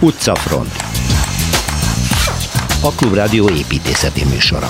Utcafront, a Klubrádió építészeti műsora.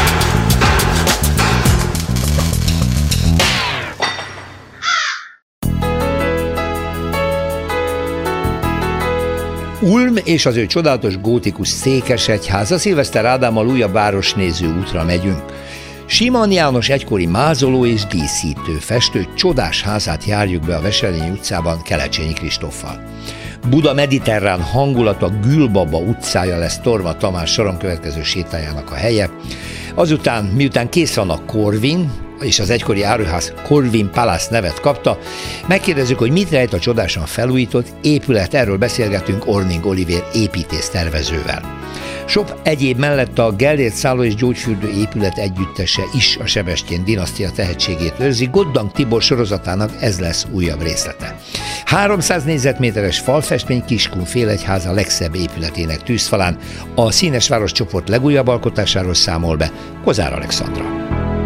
Ulm és az ő csodálatos gótikus székesegyháza, Szilveszter Ádámmal újabb városnéző útra megyünk. Siman János egykori mázoló és díszítő, festő csodás házát járjuk be a Veselényi utcában Kelecsényi Kristóffal. Buda mediterrán hangulata Gülbaba utcája lesz Torma Tamás soron következő sétájának a helye. Azután, miután kész van a Corvin, és az egykori áruház Corvin Palace nevet kapta, megkérdezzük, hogy mit rejt a csodásan felújított épület, erről beszélgetünk Orning Olivér építész tervezővel. Sok egyéb mellett a Gellért szálló és gyógyfürdő épület együttese is a Sebestyén dinasztia tehetségét őrzi, Goddang Tibor sorozatának ez lesz újabb részlete. 300 négyzetméteres falfestmény Kiskun félegyháza legszebb épületének tűzfalán, a Színes Város csoport legújabb alkotásáról számol be Kozár Alexandra.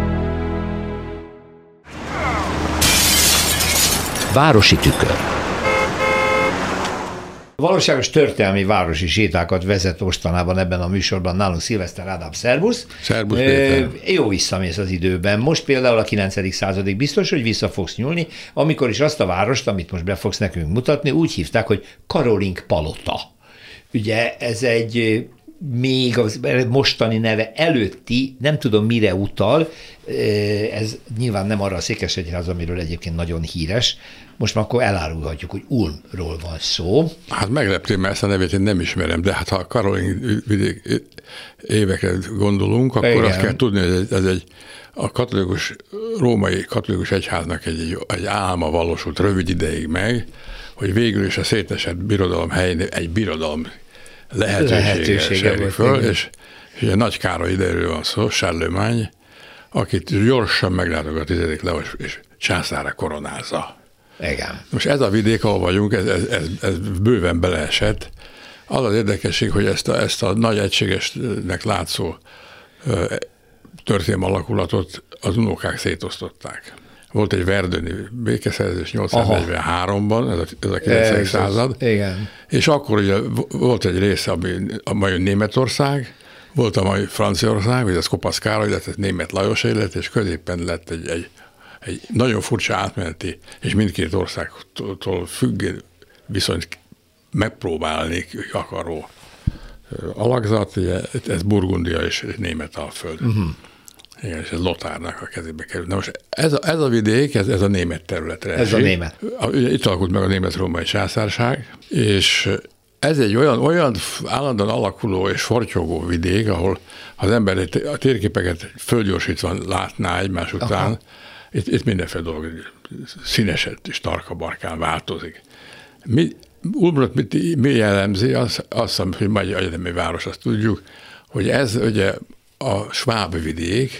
Városi tükör. Valóságos történelmi városi sétákat vezet mostanában ebben a műsorban nálunk Szilveszter Ádám. Szervusz! Szervusz, Péter! Jó visszamész az időben. Most például a 9. századig biztos, hogy vissza fogsz nyúlni, amikor is azt a várost, amit most be fogsz nekünk mutatni, úgy hívták, hogy Karolink Palota. Ugye ez egy még az mostani neve előtti, nem tudom mire utal, ez nyilván nem arra a székesegyház, amiről egyébként nagyon híres. Most már akkor elárulhatjuk, hogy Ulmról van szó. Hát megleptél, mert ezt a nevét én nem ismerem, de hát ha a Karolin vidék évekre gondolunk, akkor igen, azt kell tudni, hogy ez egy a római katolikus egyháznak egy álma valósult rövid ideig meg, hogy végül is a szétesett birodalom helyén egy birodalom lehetősége föl, és ugye Nagy Károly idejéről van szó, Charlemagne, akit gyorsan meglátogat a 10. Leos és császára koronázza. Igen. Most ez a vidék, ahol vagyunk, ez bőven beleesett. Az az érdekesség, hogy ezt a nagy egységesnek látszó történelmi alakulatot az unokák szétosztották. Volt egy verdöni békeszerzés 843-ban, ez a 9. század, igen. És akkor ugye volt egy része, ami a mai Németország, volt a mai Franciaország, ugye az Kopasz Károly lett, ez Német Lajos élet, és középen lett egy nagyon furcsa átmeneti, és mindkét országtól függő viszonyt megpróbálni akaró alakzat, ugye ez Burgundia és Németalföld. Igen, és ez Lothárnak a kezébe került. Na most ez a vidék, ez a német területre esik. Ez a német. Ugye itt alakult meg a német-római császárság, és ez egy olyan állandóan alakuló és fortyogó vidék, ahol az ember a térképeket földgyorsítva látná egymás után, itt mindenféle dolog színesett és tarka-barkán változik. Ulmot mi jellemzi? Azt hogy mai egyetemi város, azt tudjuk, hogy ez ugye a sváb vidék,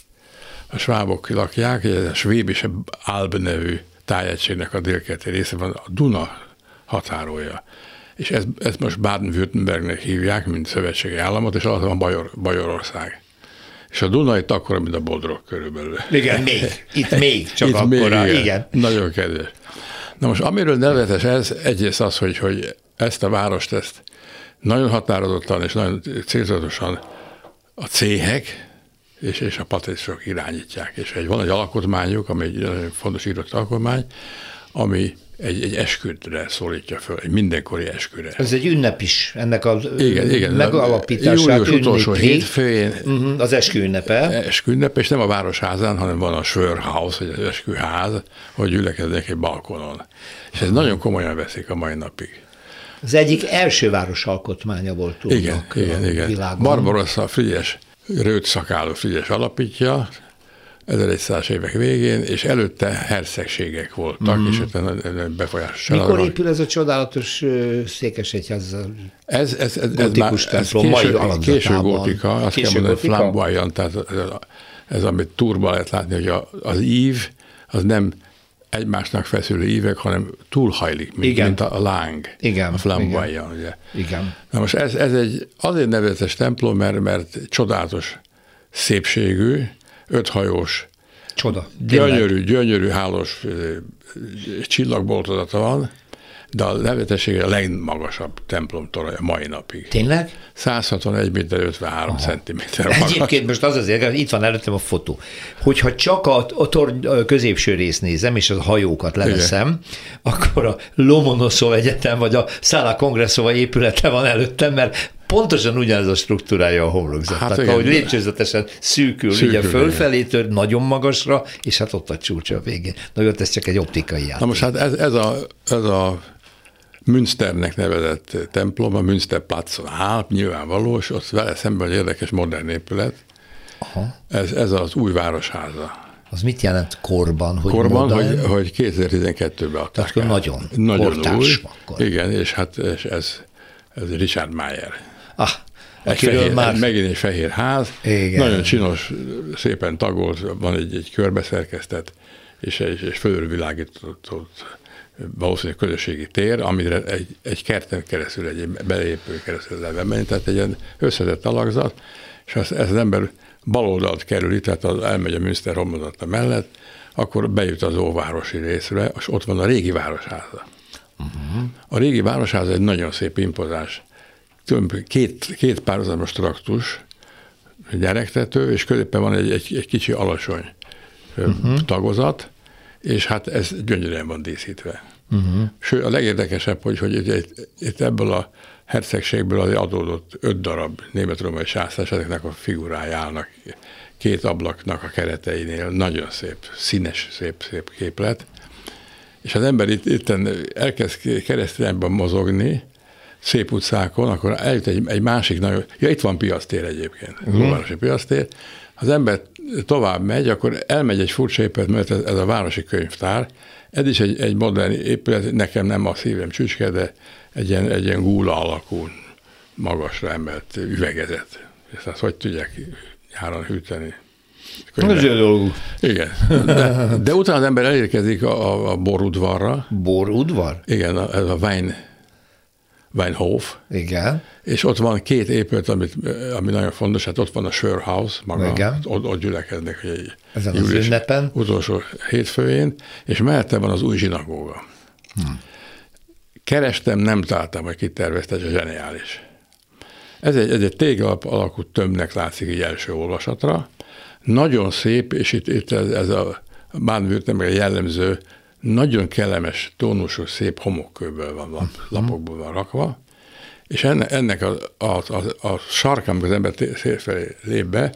a svábok lakják, ez a Schwäb és Alb nevű tájegységnek a délkeleti része van, a Duna határolja. És ezt most Baden-Württembergnek hívják, mint szövetségi államot, és alatt van Bajorország. És a Duna itt akkora, mint a Bodrog körülbelül. Igen, még csak akkora. Igen. Nagyon kedves. Na most amiről nevetes ez, egyrészt az, hogy ezt a várost, ezt nagyon határozottan és nagyon célzatosan a céhek és a patricisok irányítják. És van egy alkotmányuk, ami egy nagyon fontos írott alkotmány, ami egy esküdre szólítja föl, egy mindenkori esküdre. Ez egy ünnep is, ennek a igen, megalapítását július utolsó hétfőjén. Az esküünnepe. Esküünnepe, és nem a városházán, hanem van a Schwörhaus, vagy az esküház, hogy gyülekeznek egy balkonon. És ez nagyon komolyan veszik a mai napig. Az egyik első városalkotmánya volt tudnak igen. Világon. Barbarossa Frigyes, rőt szakáló Frigyes alapítja, 1100-as évek végén, és előtte hercegségek voltak, és befolyásos. Mikor épül ez a csodálatos székesegyház? Ez gótikus templom, mai alakzatában. Késő gótika, azt kell mondani, flamboyant, tehát ez, amit túrban lehet látni, hogy az ív, az nem egymásnak feszülő ívek, hanem túlhajlik, mint a láng, a flamboyant. Igen. Na most ez egy azért nevezetes templom, mert csodálatos szépségű, 5 hajós, gyönyörű hálós csillagboltozata van, de a nevetesség a legmagasabb templomtorony a mai napig. Tényleg? 161 méter 53 centiméter magas. Egyébként most az azért, itt van előttem a fotó, hogyha csak a torny középső részt nézem, és a hajókat leveszem, akkor a Lomonoszov Egyetem, vagy a Szála Kongresszova épülete van előttem, mert pontosan ugyanaz a struktúrája a homlokzatnak, ahogy lépcsőzetesen szűkül, ugye fölfelé tör, nagyon magasra, és hát ott a csúcsa a végén. Na jó, ez csak egy optikai játék. Na most hát ez a Münsternek nevezett templom, a Münsterplatzon áll, nyilvánvaló, és ott vele szemben egy érdekes modern épület. Aha. Ez az új városháza. Az mit jelent korban? Hogy 2012-ben adták. Tehát nagyon kortárs akkor. Igen, és hát ez Richard Mayer. Megint egy fehér ház. Igen. Nagyon csinos, szépen tagolt, van egy körbeszerkesztett, és fölülvilágított valószínűleg közösségi tér, amire egy kerten keresztül, egy belépő keresztül lehet bemenni, tehát egy ilyen összetett alakzat, és ez az ember baloldalt kerül, tehát elmegy a Münster homlokzata mellett, akkor bejut az óvárosi részre, és ott van a régi városháza. Uh-huh. A régi városháza egy nagyon szép impozáns, két párhuzamos traktus, gyerektető, és középen van egy kicsi alacsony tagozat, és hát ez gyönyörűen van díszítve. Uh-huh. Sőt, a legérdekesebb, hogy itt ebből a hercegségből adódott 5 darab német-római sászlás, ezeknek a figurái állnak két ablaknak a kereteinél, nagyon szép, színes, szép képlet, és az ember itt elkezd keresztényben mozogni, szép utcákon, akkor eljut egy másik nagyon, itt van piactér egyébként, az óvárosi piactér, az ember tovább megy, akkor elmegy egy furcsa épület, mert ez a városi könyvtár, ez is egy modern épület, nekem nem a szívem csücske, de egy ilyen gúla alakú, magasra emelt üvegezet. És azt hogy tudják nyáron hűteni? Igen. De utána az ember elérkezik a borudvarra. Borudvar? Igen, ez a Weinhof. Igen. És ott van 2 épület, ami nagyon fontos, hát ott van a Schörhaus, maga, igen. Ott gyülekeznek ezen az ünnepen. Utolsó hétfőjén, és mellette van az új zsinagóga. Kerestem, nem találtam, hogy kitervezte, ez zseniális. Ez egy téglalap alakú tömbnek látszik így első olvasatra. Nagyon szép, és itt ez a Baden-Württemberg jellemző, nagyon kellemes, tónusú, szép homokkőből van, lapokból van rakva, és ennek a sarkán, amikor az ember szélfelé lép be,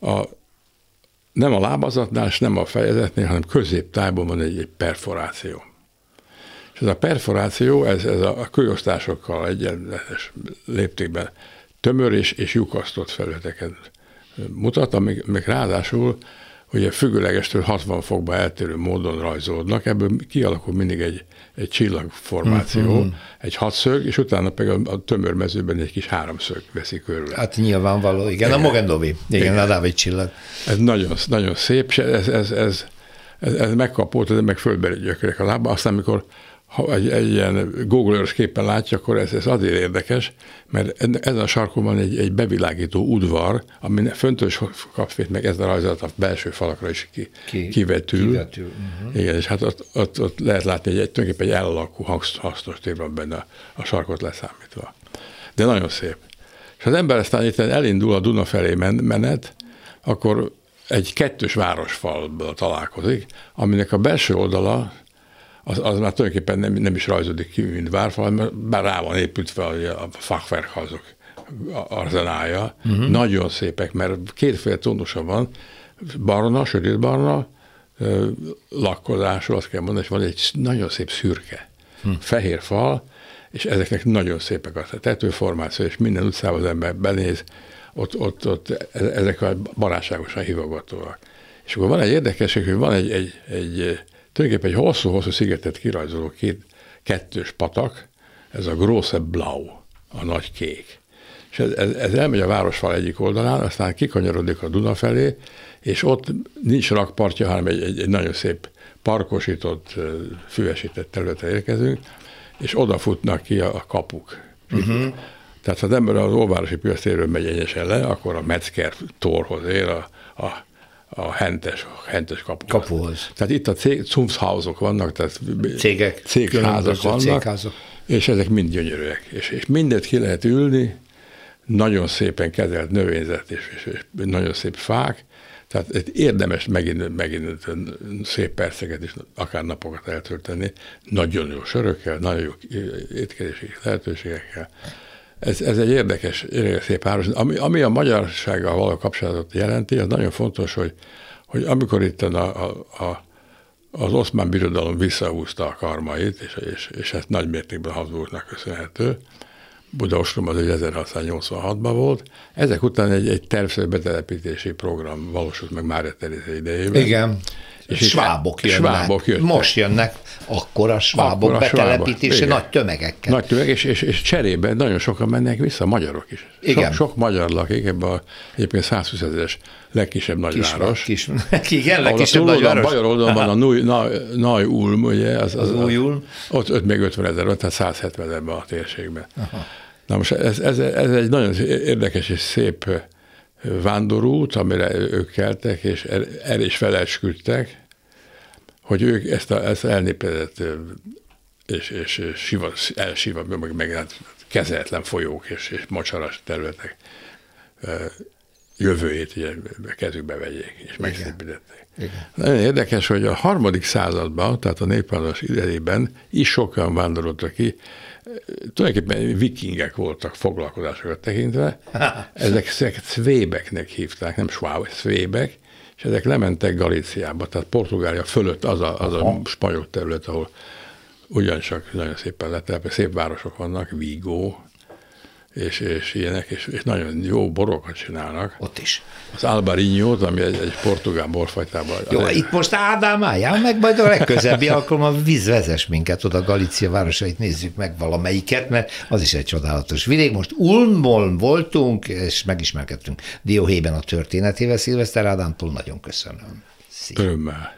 nem a lábazatnál, és nem a fejezetnél, hanem középtájban van egy perforáció. És ez a perforáció, ez a kőosztásokkal egyenletes léptékben tömör és lyukasztott felületeket mutat, amik ráadásul ugye függőlegestől 60 fokba eltérő módon rajzolódnak, ebből kialakul mindig egy csillagformáció, egy hatszög, és utána pedig a tömörmezőben egy kis háromszög veszi körül. Hát nyilvánvaló, igen. A Mogendovi, igen, a Dávid csillag. Ez nagyon, nagyon szép, és ez megkapott, ez meg földbeli gyökerek a lába, aztán amikor egy ilyen Google-ös képen látja, akkor ez azért érdekes, mert ezen a sarkon van egy bevilágító udvar, ami föntős kapfét, meg ez a rajzolat a belső falakra is kivetül. Igen, és hát ott lehet látni, hogy tulajdonképpen egy elalakú hasznos tér van benne a sarkot leszámítva. De nagyon szép. És az ember aztán itt elindul a Duna felé menet, akkor egy 2-ös városfalból találkozik, aminek a belső oldala az már tulajdonképpen nem is rajzódik ki, mint várfal, bár rá van építve a Fachwerkházok arzenája. Nagyon szépek, mert 2 tónusa van, barna, sötétbarna, lakkozású, azt kell mondani, és van egy nagyon szép szürke, fehér fal, és ezeknek nagyon szépek a tetőformáció, és minden utcában az ember benéz, ott ezek a barátságosan hívogatóak. És akkor van egy érdekesség, hogy van tulajdonképpen egy hosszú-hosszú szigetet kirajzoló 2-ös patak, ez a Große Blau, a nagy kék. És ez elmegy a városfal egyik oldalán, aztán kikanyarodik a Duna felé, és ott nincs rakpartja, hanem egy nagyon szép parkosított, füvesített területre érkezünk, és odafutnak ki a kapuk. Tehát ha az ember az óvárosi piactérről megy egyesen le, akkor a Metzger torhoz ér, a hentes kapuhoz. Tehát itt a Zunfthauszok vannak, tehát cégházak vannak, cégházak. És ezek mind gyönyörűek. És mindet ki lehet ülni, nagyon szépen kezelt növényzet és nagyon szép fák, tehát érdemes megint szép perceket és akár napokat eltölteni, nagyon jó sörökkel, nagyon jó étkezési lehetőségekkel. Ez egy érdekes szép város. Ami a magyarsággal való kapcsolatot jelenti, az nagyon fontos, hogy amikor itt az Oszmán Birodalom visszahúzta a karmait, és ez nagy mértékben Habsburgnak köszönhető, Budaostrom az 1686-ban volt, ezek után egy tervszerű betelepítési program valósult meg Mária Terézia idejében. Igen. És svábok jönnek. Most jönnek, akkor a svábok betelepítése nagy tömegekkel. Nagy tömeg, és cserében nagyon sokan mennek vissza, magyarok is. Igen. Sok magyar lakik ebben egyébként 120 000-es legkisebb nagyváros. Igen, legkisebb nagyváros. Bajor oldalon van a Neu-Ulm, ugye? Az Új-Ulm. Ott még 50 000, tehát 170 000 a térségben. Aha. Na most ez egy nagyon érdekes és szép vándorút, amire ők keltek, és el is felesküdtek, hogy ők ezt elnépedett és meg hát kezelhetlen folyók és mocsaras területek jövőjét ugye kezükbe vegyék, és megszépítették. Nagyon érdekes, hogy a 3. században, tehát a népvándorlás idejében is sokan vándoroltak ki, tulajdonképpen vikingek voltak foglalkozásokat tekintve, ezek szvébeknek hívták, nem sváb, szvébek, és ezek lementek Galíciába, tehát Portugália fölött az a spanyol terület, ahol ugyancsak nagyon szépen letelepedtek, szép városok vannak, Vigo, és ilyenek, és nagyon jó borokat csinálnak. Ott is. Az Albarinhót, ami egy portugál borfajtában. Jó, itt most Ádám álljál meg, majd a legközelebbi alkalommal vezess minket oda Galícia városait, nézzük meg valamelyiket, mert az is egy csodálatos vidék. Most Ulmban voltunk, és megismerkedtünk Dióhéjban a történetével. Szilveszter Ádámtól nagyon köszönöm. Szia. Örömmel.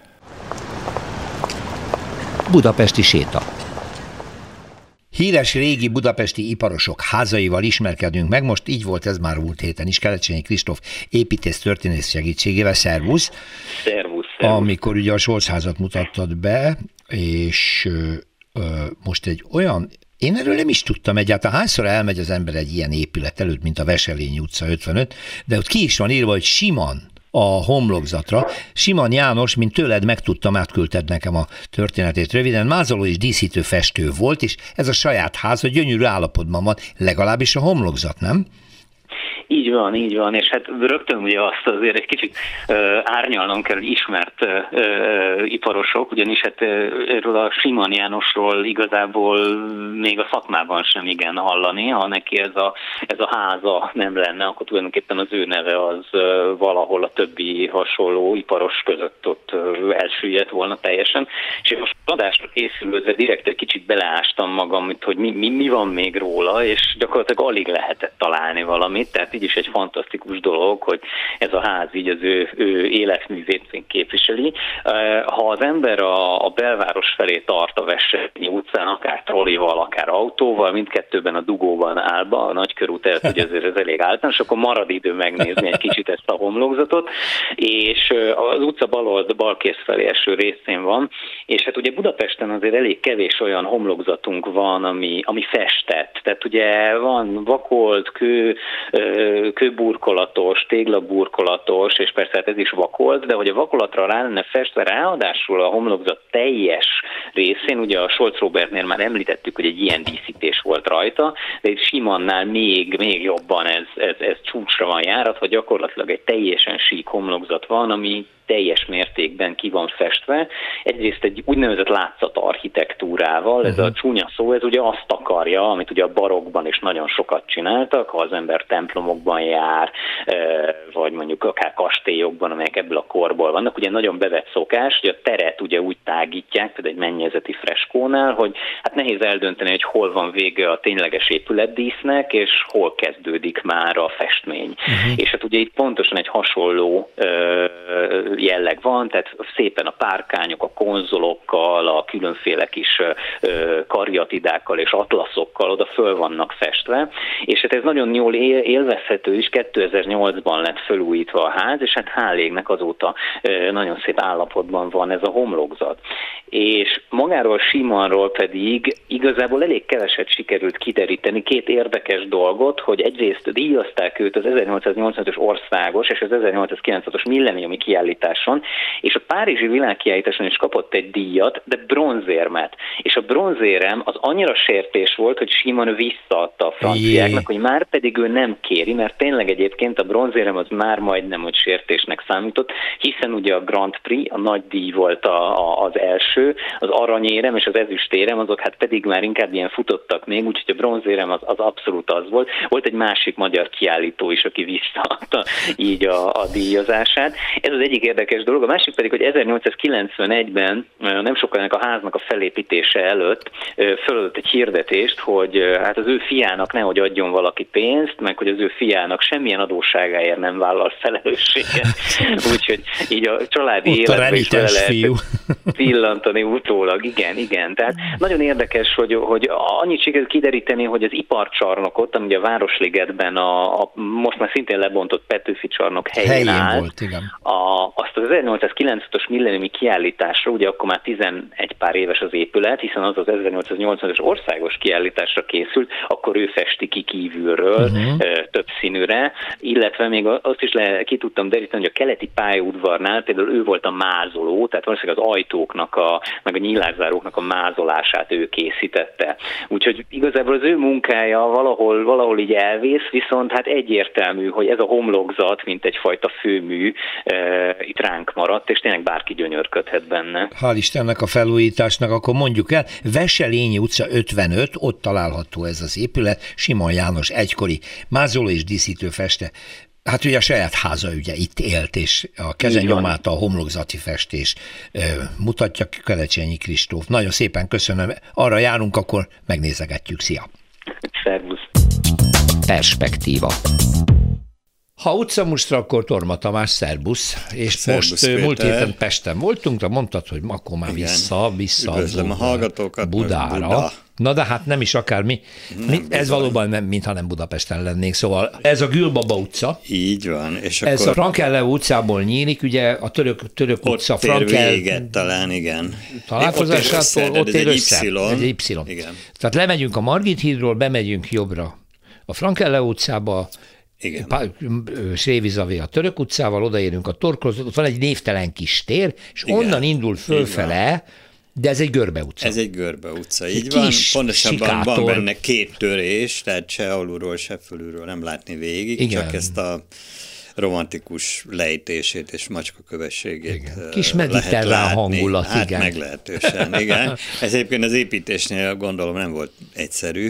Budapesti séta. Híres régi budapesti iparosok házaival ismerkedünk meg, most így volt ez már múlt héten is, Kelecsényi Kristóf építész történész segítségével. Szervusz! Szervusz! Amikor ugye a Scholz házat mutattad be, és most egy olyan, én erről nem is tudtam egyáltalán, hányszor elmegy az ember egy ilyen épület előtt, mint a Veselényi utca 55, de ott ki is van írva, hogy Siman a homlokzatra. Siman János, mint tőled megtudtam, átküldted nekem a történetét röviden, mázoló és díszítő festő volt, és ez a saját háza gyönyörű állapotban van, legalábbis a homlokzat, nem? Így van, és hát rögtön ugye azt azért egy kicsit árnyalnom kell, hogy ismert iparosok, ugyanis hát erről a Siman Jánosról igazából még a szakmában sem igen hallani, ha neki ez a háza nem lenne, akkor tulajdonképpen az ő neve az valahol a többi hasonló iparos között ott elsüllyedt volna teljesen, és én most adásra készülődve direkt egy kicsit beleástam magam, hogy mi van még róla, és gyakorlatilag alig lehetett találni valamit, tehát így is egy fantasztikus dolog, hogy ez a ház így az ő életművét képviseli. Ha az ember a belváros felé tart a Veselényi utcán, akár trollival, akár autóval, mindkettőben a dugóban állva, a Nagykörút előtt, ugye azért ez elég általános, akkor marad idő megnézni egy kicsit ezt a homlokzatot, és az utca balkész felé eső részén van, és hát ugye Budapesten azért elég kevés olyan homlokzatunk van, ami festett. Tehát ugye van vakolt, kőburkolatos, téglaburkolatos, és persze hát ez is vakolt, de hogy a vakolatra rá lenne festve, ráadásul a homlokzat teljes részén, ugye a Scholz Robertnél már említettük, hogy egy ilyen díszítés volt rajta, de itt Simannál még jobban ez csúcsra van járatva, gyakorlatilag egy teljesen sík homlokzat van, ami teljes mértékben ki van festve. Egyrészt egy úgynevezett látszat architektúrával, ez a csúnya szó, ez ugye azt akarja, amit ugye a barokkban is nagyon sokat csináltak, ha az ember templomokban jár, vagy mondjuk akár kastélyokban, amelyek ebből a korból vannak, ugye nagyon bevett szokás, hogy a teret ugye úgy tágítják, például egy mennyezeti freskónál, hogy hát nehéz eldönteni, hogy hol van vége a tényleges épületdísznek, és hol kezdődik már a festmény. És hát ugye itt pontosan egy hasonló jelleg van, tehát szépen a párkányok, a konzolokkal, a különféle kis kariatidákkal és atlaszokkal oda föl vannak festve, és hát ez nagyon jól élvezhető is, 2008-ban lett felújítva a ház, és hát hál' égnek azóta nagyon szép állapotban van ez a homlokzat. És magáról Simonról pedig igazából elég keveset sikerült kideríteni, két érdekes dolgot, hogy egyrészt díjazták őt az 1885-ös országos és az 1896-os milleniumi kiállításon, és a párizsi világkiállításon is kapott egy díjat, de bronzérmet. És a bronzérem az annyira sértés volt, hogy Simon visszaadta a franciáknak, hogy már pedig ő nem kéri, mert tényleg egyébként a bronzérem az már majdnem, hogy sértésnek számított, hiszen ugye a Grand Prix, a nagy díj volt az első, az aranyérem és az ezüstérem, azok hát pedig már inkább ilyen futottak még, úgyhogy a bronzérem az abszolút az volt. Volt egy másik magyar kiállító is, aki visszaadta így a díjazását. Ez az egyik érdekes dolog. A másik pedig, hogy 1891-ben, nem sokkal ennek a háznak a felépítése előtt föladott egy hirdetést, hogy hát az ő fiának nehogy adjon valaki pénzt, meg hogy az ő fiának semmilyen adósságáért nem vállal felelősséget. Úgyhogy így a családi életbe is vele lehet pillantani utólag. Igen. Tehát nagyon érdekes, hogy annyit sikerült kideríteni, hogy az iparcsarnokot, ami a Városligetben a most már szintén lebontott Petőfi csarnok helyén áll, volt, igen. Azt az 1895-ös milleniumi kiállításra, ugye akkor már 11 pár éves az épület, hiszen az 1885-ös országos kiállításra készült, akkor ő festi ki kívülről több színűre, illetve még azt is ki tudtam deríteni, hogy a keleti pályaudvarnál például ő volt a mázoló, tehát valószínűleg az ajtóknak, meg a nyílászáróknak a mázolását ő készítette. Úgyhogy igazából az ő munkája valahol így elvész, viszont hát egyértelmű, hogy ez a homlokzat, mint egyfajta főmű, itt ránk maradt, és tényleg bárki gyönyörködhet benne. Hál' Istennek a felújításnak, akkor mondjuk el, Veselényi utca 55, ott található ez az épület, Simon János egykori mázoló és díszítő feste. Hát ugye a saját háza ugye itt élt, és a kezenyomát a homlokzati festés mutatja Kelecsényi Kristóf. Nagyon szépen köszönöm, arra járunk, akkor megnézegetjük. Szia! Szervusz! Perspektíva. Ha utcamustra, akkor Torma Tamás, szerbusz, és szerbusz, most Péter. Múlt héten Pesten voltunk, de mondtad, hogy akkor már vissza a hallgatókat, Budára. Buda. Na de hát nem is akármi. Ez valóban nem, mintha nem Budapesten lennénk. Szóval ez a Gülbaba utca. Így van. És ez akkor a Frankelle utcából nyílik, ugye a török utca. Ott ér véget talán, igen. Találkozásától ott ér össze. Egy Y. Igen. Tehát lemegyünk a Margit hídról, bemegyünk jobbra a Frankelle utcába, Srévizavé a Török utcával, odaérünk a Torkhoz, ott van egy névtelen kis tér, és onnan indul fölfele, de ez egy görbe utca. Ez egy görbe utca, így van. Pontosabban van benne két törés, tehát se alulról, se fölülről nem látni végig, igen. Csak ezt a romantikus lejtését és macskakövességét kis mediterrán hangulat, hát igen. Meglehetősen, igen. Ez egyébként az építésnél gondolom nem volt egyszerű.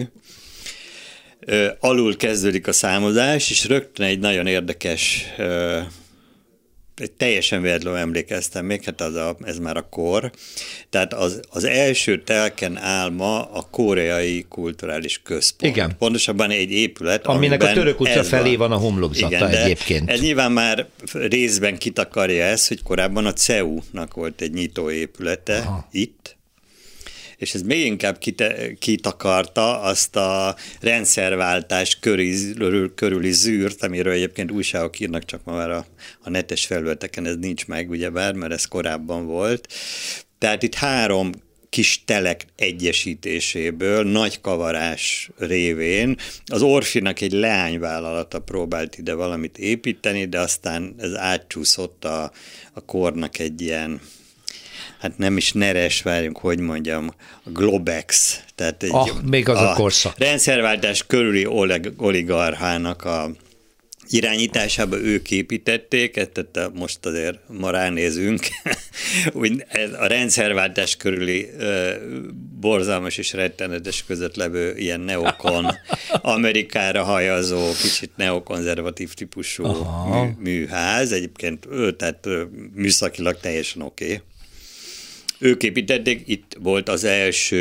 Alul kezdődik a számozás, és rögtön egy nagyon érdekes, teljesen véletlenül emlékeztem még, hát ez már a kor. Tehát az első telken áll ma a Koreai Kulturális Központ. Igen. Pontosabban egy épület, aminek a Török utca felé van a homlokzata. Igen, egyébként. Ez nyilván már részben kitakarja ezt, hogy korábban a CEU-nak volt egy nyitóépülete itt, és ez még inkább kitakarta azt a rendszerváltás körüli zűrt, amiről egyébként újságok írnak, csak ma már a netes felületeken ez nincs meg, ugyebár, mert ez korábban volt. Tehát itt 3 kis telek egyesítéséből, nagy kavarás révén az Orfinak egy leányvállalata próbált ide valamit építeni, de aztán ez átcsúszott a kornak egy ilyen, hát nem is neres, várjunk, hogy mondjam, a Globex, tehát még az a korszak. Rendszerváltás körüli oligarchának a irányításába ők építették, tehát most azért ma ránézünk, úgy a rendszerváltás körüli borzalmas és rettenetes között levő ilyen neokon, Amerikára hajazó, kicsit neokonzervatív típusú műház, egyébként tehát műszakilag teljesen oké. Ők építették, itt volt az első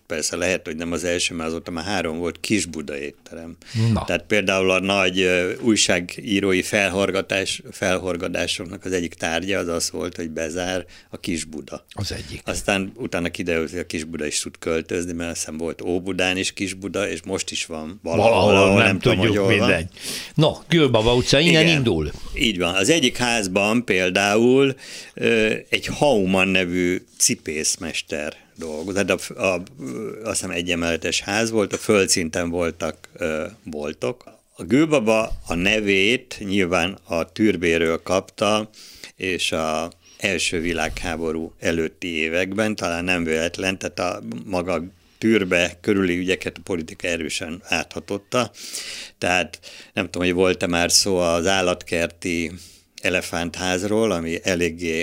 persze lehet, hogy nem az első, mert azóta már 3 volt Kis-Buda étterem. Na. Tehát például a nagy újságírói felhorgadásoknak az egyik tárgya az volt, hogy bezár a Kis-Buda. Az egyik. Aztán utána kiderült, hogy a Kis-Buda is tud költözni, mert azt hiszem volt Óbudán is Kis-Buda, és most is van valahol nem tudjuk, mindegy. No, Gülbaba utca, innen indul. Így van. Az egyik házban például egy Hauman nevű cipészmester dolgozott. Tehát azt hiszem egyemeletes ház volt, a földszinten voltak boltok. A Gülbaba a nevét nyilván a Türbéről kapta, és a első világháború előtti években, talán nem véletlen, tehát a maga Türbe körüli ügyeket a politika erősen áthatotta. Tehát nem tudom, hogy volt-e már szó az állatkerti elefántházról, ami eléggé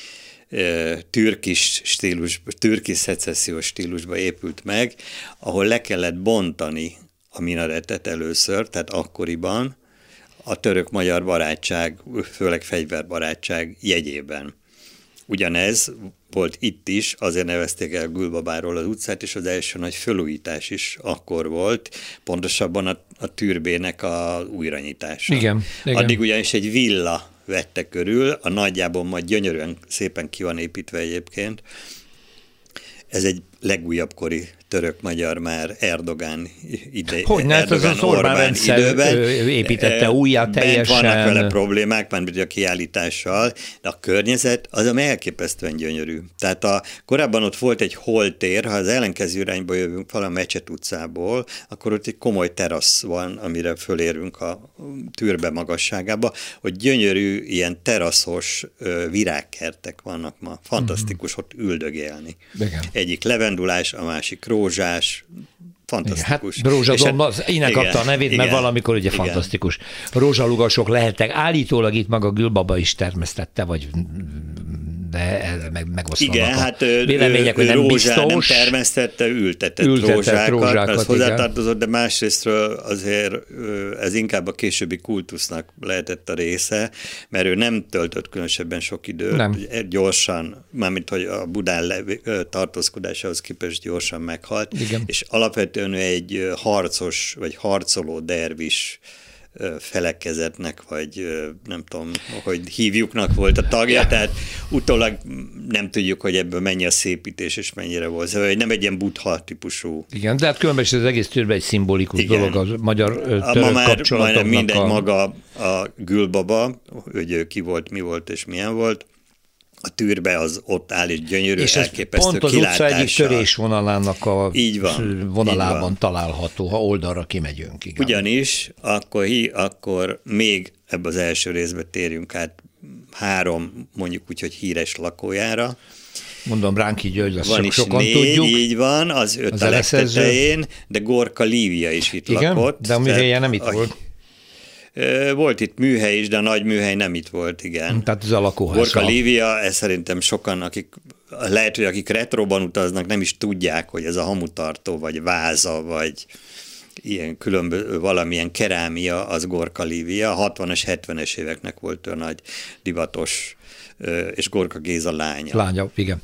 türkis szecessziós stílusba épült meg, ahol le kellett bontani a minaretet először, tehát akkoriban a török-magyar barátság, főleg fegyverbarátság jegyében. Ugyanez volt itt is, azért nevezték el Gülbabáról az utcát, és az első nagy felújítás is akkor volt, pontosabban a Türbének a újranyitása. Igen. Addig ugyanis egy villa vette körül, a nagyjából majd gyönyörűen szépen ki van építve egyébként. Ez egy legújabb kori török-magyar már Erdogán az Orbán rendszer építette újjá teljesen. Vannak vele problémák, már a kiállítással, de a környezet az elképesztően gyönyörű. Tehát korábban ott volt egy holtér, ha az ellenkező irányba jövünk valami Mecset utcából, akkor ott egy komoly terasz van, amire fölérünk a Türbe magasságába, hogy gyönyörű ilyen teraszos virágkertek vannak ma. Fantasztikus ott üldögélni. Igen. Egyik levendulás, a másik rózsás, fantasztikus. Hát rózsadomb, innen kapta a nevét, mert valamikor ugye fantasztikus. Rózsalugasok lehettek. Állítólag itt maga Gülbaba is termesztette, vagy de megoszlanak hát vélemények, hogy nem biztos. Nem termesztette, ültetett rózsákat, ez hozzátartozott, de másrésztről azért ez inkább a későbbi kultusznak lehetett a része, mert ő nem töltött különösebben sok időt, gyorsan, mármint hogy a Budán tartózkodásához képest gyorsan meghalt, igen. És alapvetően ő egy harcos, vagy harcoló dervis felekezetnek, vagy nem tudom, hogy hívjuknak volt a tagja, tehát utólag nem tudjuk, hogy ebből mennyi a szépítés, és mennyire volt. Szóval nem egy ilyen buddha típusú. Igen, de hát különben az egész Türbe egy szimbolikus dolog, az magyar-török kapcsolatoknak. Majdnem mindegy maga a Gülbaba, hogy ő ki volt, mi volt és milyen volt. A Türbe az ott áll, és gyönyörű, és elképesztő pont az kilátással. utca egyik törésvonalának a vonalában van. Található, ha oldalra kimegyünk. Igen. Ugyanis akkor még ebbe az első részbe térjünk át 3, mondjuk úgy, hogy híres lakójára. Mondom, Ránki György, azt van is sokan 4, tudjuk. Így van, az 5 a legtetején, de Gorka Lívia is itt lakott. De a műhelye nem itt volt. Volt itt műhely is, de a nagy műhely nem itt volt, igen. Tehát ez a lakóház. Gorka Lívia, ez szerintem sokan, akik retroban utaznak, nem is tudják, hogy ez a hamutartó, vagy váza, vagy ilyen különböző valamilyen kerámia, az Gorka Lívia. A 60-as, 70-es éveknek volt ő nagy divatos, és Gorka Géza lánya. Lánya, igen.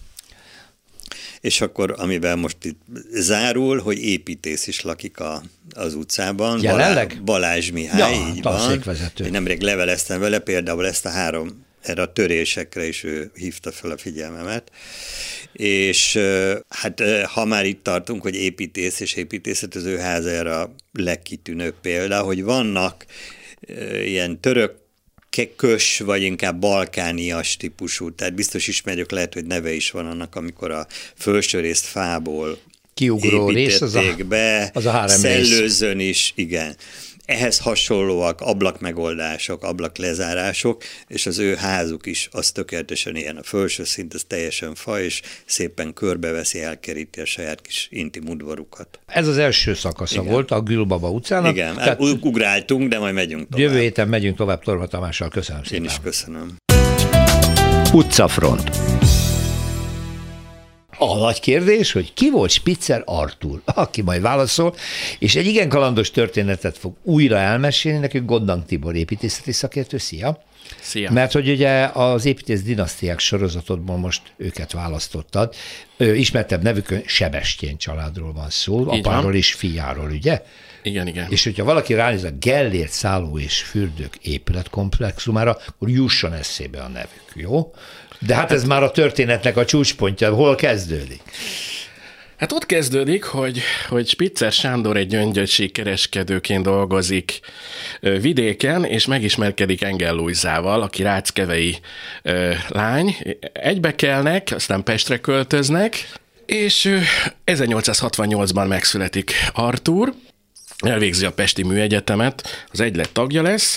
És akkor, amivel most itt zárul, hogy építész is lakik az utcában. Jelenleg? Balázs Mihály, így van. Én nemrég leveleztem vele, például ezt erre a törésekre is ő hívta fel a figyelmemet. És hát ha már itt tartunk, hogy építész és építészet, az ő háza erre a legkitűnőbb példa, hogy vannak ilyen török kös, vagy inkább balkánias típusú, tehát biztos ismerjük, lehet, hogy neve is van annak, amikor a felső részt fából kiugró rész, az a Szellőzön is, igen. Ehhez hasonlóak ablakmegoldások, ablaklezárások, és az ő házuk is az tökéletesen ilyen. A felső szint, az teljesen fa, és szépen körbeveszi, elkeríti a saját kis intim udvarukat. Ez az első szakasza volt a Gülbaba utcának. Igen, tehát ugráltunk, de majd megyünk tovább. Jövő héten megyünk tovább Torma Tamással. Köszönöm szépen. Én is köszönöm. Utcafront. A nagy kérdés, hogy ki volt Spitzer Artúr, aki majd válaszol, és egy igen kalandos történetet fog újra elmesélni nekünk Gondang Tibor építészeti szakértő. Szia! Szia. Mert hogy ugye az építész dinasztiák sorozatodban most őket választottad. Ismertebb nevükön Sebestyén családról van szó, apáról és fiáról, ugye? Igen. És hogyha valaki ránéz a Gellért szálló és fürdők épületkomplexumára, akkor jusson eszébe a nevük, jó? De hát ez már a történetnek a csúcspontja. Hol kezdődik? Hát ott kezdődik, hogy Spitzer Sándor egy gyöngyösi kereskedőként dolgozik vidéken, és megismerkedik Engel Lujzával, aki ráckevei lány. Egybekelnek, aztán Pestre költöznek, és 1868-ban megszületik Artúr, elvégzi a Pesti Műegyetemet, az egylet tagja lesz.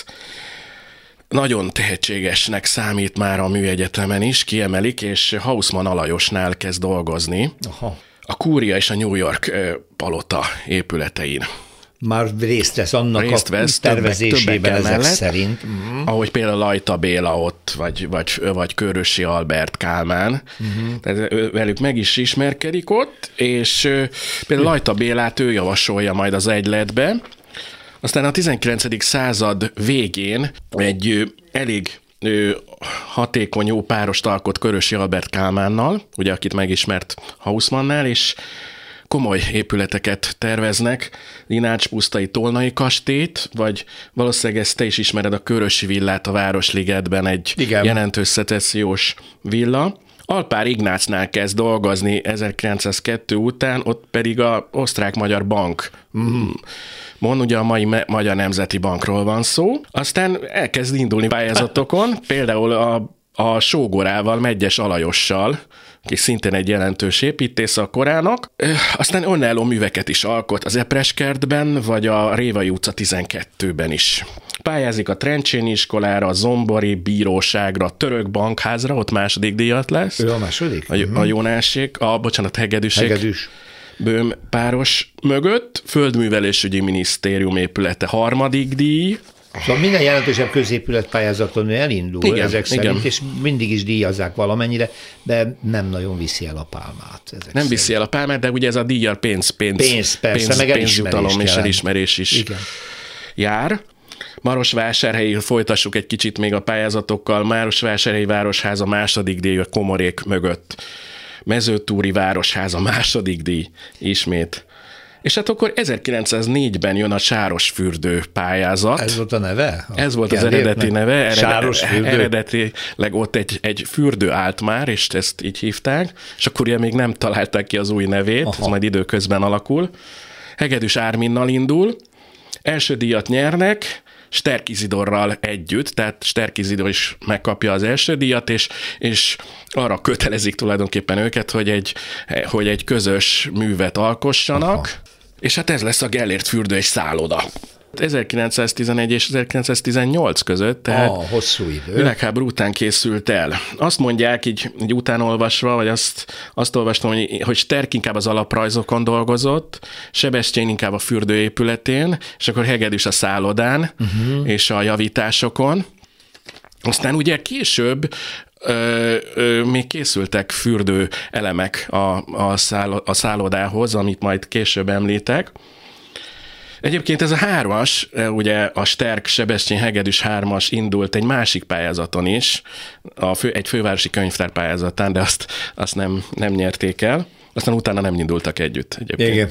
Nagyon tehetségesnek számít már a műegyetemen is, kiemelik, és Hausmann Alajosnál kezd dolgozni. Aha. A Kúria és a New York palota épületein. Már részt vesz annak tervezésében ezek mellett, szerint. Ahogy például Lajta Béla ott, vagy Körösi Albert Kálmán. Tehát velük meg is ismerkedik ott, és például Lajta Bélát ő javasolja majd az egyletbe. Aztán a 19. század végén egy elég hatékony jó párost alkot Körösi Albert Kálmánnal, ugye akit megismert Hausmannnál, és komoly épületeket terveznek, Linács pusztai Tolnai kastélyt, vagy valószínűleg ezt te is ismered, a Körösi villát a Városligetben, egy jelentős szecessziós villa. Alpár Ignácnál kezd dolgozni 1902 után, ott pedig a Osztrák-Magyar Bank. Ugye a mai Magyar Nemzeti Bankról van szó. Aztán elkezd indulni pályázatokon, például a Sógorával, Medgyes Alajossal, aki szintén egy jelentős építész a korának. Aztán önálló műveket is alkot az Epreskertben, vagy a Révai utca 12-ben is. Pályázik a Trencséni iskolára, a Zombori bíróságra, a Török bankházra, ott második díjat lesz. Ő a második? A Jónásék, Hegedűs Böhm páros mögött, Földművelésügyi Minisztérium épülete harmadik díj. Szóval minden jelentősebb középületpályázaton elindul ezek szerint, és mindig is díjazzák valamennyire, de nem nagyon viszi el a pálmát. Nem viszi el a pálmát, de ugye ez a díjjal pénzjutalom és elismerés is jár. Marosvásárhelyi, folytassuk egy kicsit még a pályázatokkal, Marosvásárhelyi Városháza második díj a Komorék mögött. Mezőtúri Városháza második díj ismét. És hát akkor 1904-ben jön a Sárosfürdő pályázat. Ez volt a neve? Ez volt az eredeti neve. Sárosfürdő? Eredetileg ott egy fürdő állt már, és ezt így hívták, és akkor ugye még nem találták ki az új nevét, ez majd időközben alakul. Hegedűs Árminnal indul, első díjat nyernek, Sterk Izidorral együtt, tehát Sterk Izidor is megkapja az első díjat, és arra kötelezik tulajdonképpen őket, hogy egy közös művet alkossanak, és hát ez lesz a Gellért fürdő és szálloda. 1911 és 1918 között, tehát hosszú idő. Világháború után készült el. Azt mondják, így utánolvasva, vagy azt olvastam, hogy Sterk inkább az alaprajzokon dolgozott, Sebestyén inkább a fürdőépületén, és akkor Hegedűs a szállodán és a javításokon. Aztán ugye később még készültek fürdő elemek a szállodához, amit majd később említek. Egyébként ez a hármas, ugye a Sterk, Sebestyén, Hegedűs hármas indult egy másik pályázaton is, egy fővárosi könyvtár pályázatán, de azt nem nyerték el. Aztán utána nem indultak együtt egyébként. Igen.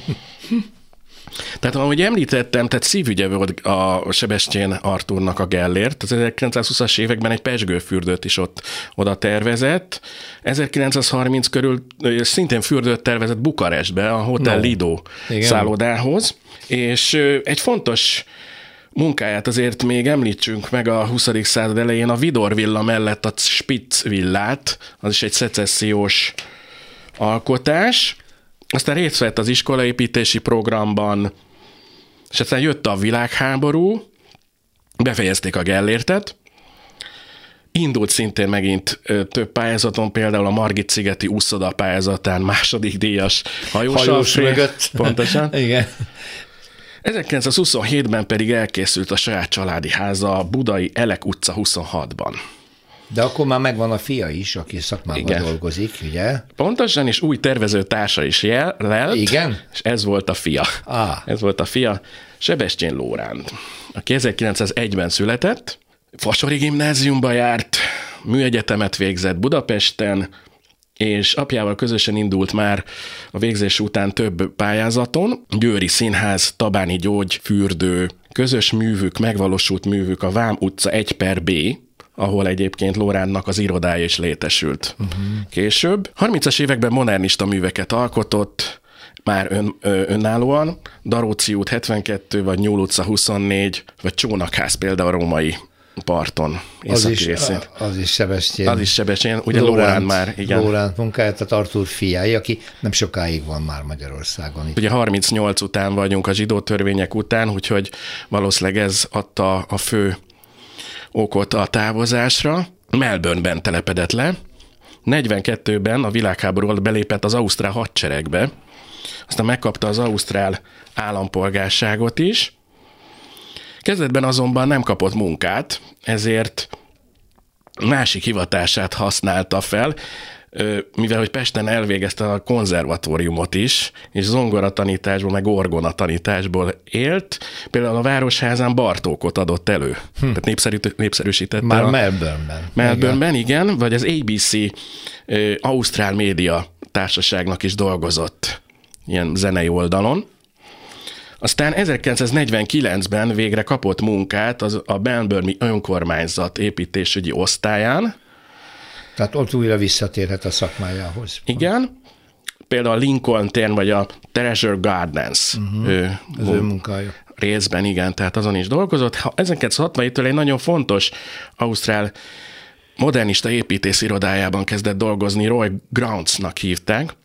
Tehát ahogy említettem, tehát szívügye volt a Sebestyén Artúrnak a Gellért. Az 1920-as években egy pezsgőfürdőt is oda tervezett. 1930 körül szintén fürdőt tervezett Bukarestbe, a Hotel Lido szállodához. És egy fontos munkáját azért még említsünk meg a 20. század elején, a Vidor villa mellett a Spitz villát, az is egy szecessziós alkotás. Aztán részt vett az iskolaépítési programban, és aztán jött a világháború, befejezték a Gellértet, indult szintén megint több pályázaton, például a Margit-szigeti úszoda pályázatán második díjas hajós mögött. Pontosan. Igen. 1927-ben pedig elkészült a saját családi háza a budai Elek utca 26-ban. De akkor már megvan a fia is, aki szakmában dolgozik, ugye? Pontosan, és új tervezőtársa is lelt. Igen? És ez volt a fia. Ez volt a fia, Sebestyén Lóránd, aki 1901-ben született. Fasori gimnáziumba járt, műegyetemet végzett Budapesten, és apjával közösen indult már a végzés után több pályázaton. Győri Színház, Tabáni Gyógyfürdő, közös művük, megvalósult művük a Vám utca 1/B, ahol egyébként Lórántnak az irodája is létesült. Később 30-as években modernista műveket alkotott, már önállóan, Daróci út 72, vagy Nyúl utca 24, vagy Csónakház például a római parton, északi részén. Az is Sebestyén. Az is Sebestyén, ugye Lóránt már, igen. Lóránt munkája, tehát Artúr fiái, aki nem sokáig van már Magyarországon. Ugye 38 után vagyunk a zsidó törvények után, úgyhogy valószínűleg ez adta a fő okot a távozásra. Melbourneben telepedett le. 42-ben a világháború alatt belépett az ausztrál hadseregbe, aztán megkapta az ausztrál állampolgárságot is. Kezdetben azonban nem kapott munkát, ezért másik hivatását használta fel, mivel hogy Pesten elvégezte a konzervatóriumot is, és zongoratanításból, meg orgonatanításból élt. Például a Városházán Bartókot adott elő. Tehát népszerűsítette. Már Melbourneben. Melbourneben, igen, vagy az ABC Ausztrál Média Társaságnak is dolgozott ilyen zenei oldalon. Aztán 1949-ben végre kapott munkát a Melbourne-i önkormányzat építésügyi osztályán. Tehát ott újra visszatérhet a szakmájához. Igen. Például a Lincoln téren, vagy a Treasure Gardens. Az ő munkája. Részben, igen, tehát azon is dolgozott. 1967-től egy nagyon fontos ausztrál modernista építész irodájában kezdett dolgozni, Roy Groundsnak hívták.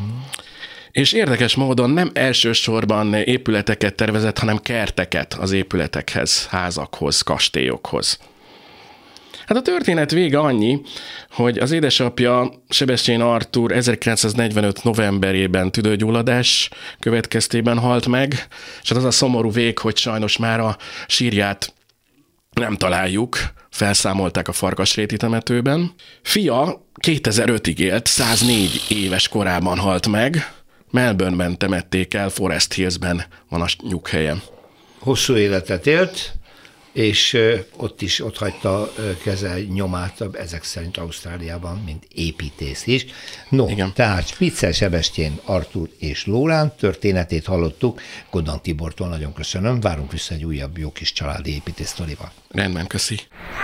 És érdekes módon nem elsősorban épületeket tervezett, hanem kerteket az épületekhez, házakhoz, kastélyokhoz. Hát a történet vége annyi, hogy az édesapja, Sebestyén Artúr 1945. novemberében tüdőgyulladás következtében halt meg, és az a szomorú vég, hogy sajnos már a sírját nem találjuk, felszámolták a Farkasréti temetőben. Fia 2005-ig élt, 104 éves korában halt meg, Melbourneben temették el, Forest Hillsben van a nyughelye. Hosszú életet élt, és ott hagyta keze nyomát, ezek szerint Ausztráliában, mint építész is. No, igen. Tehát Spitzer, Sebestyén, Artúr és Lóránt történetét hallottuk. Godán Tibortól nagyon köszönöm, várunk vissza egy újabb jó kis családi építész sztorival. Rendben, köszi.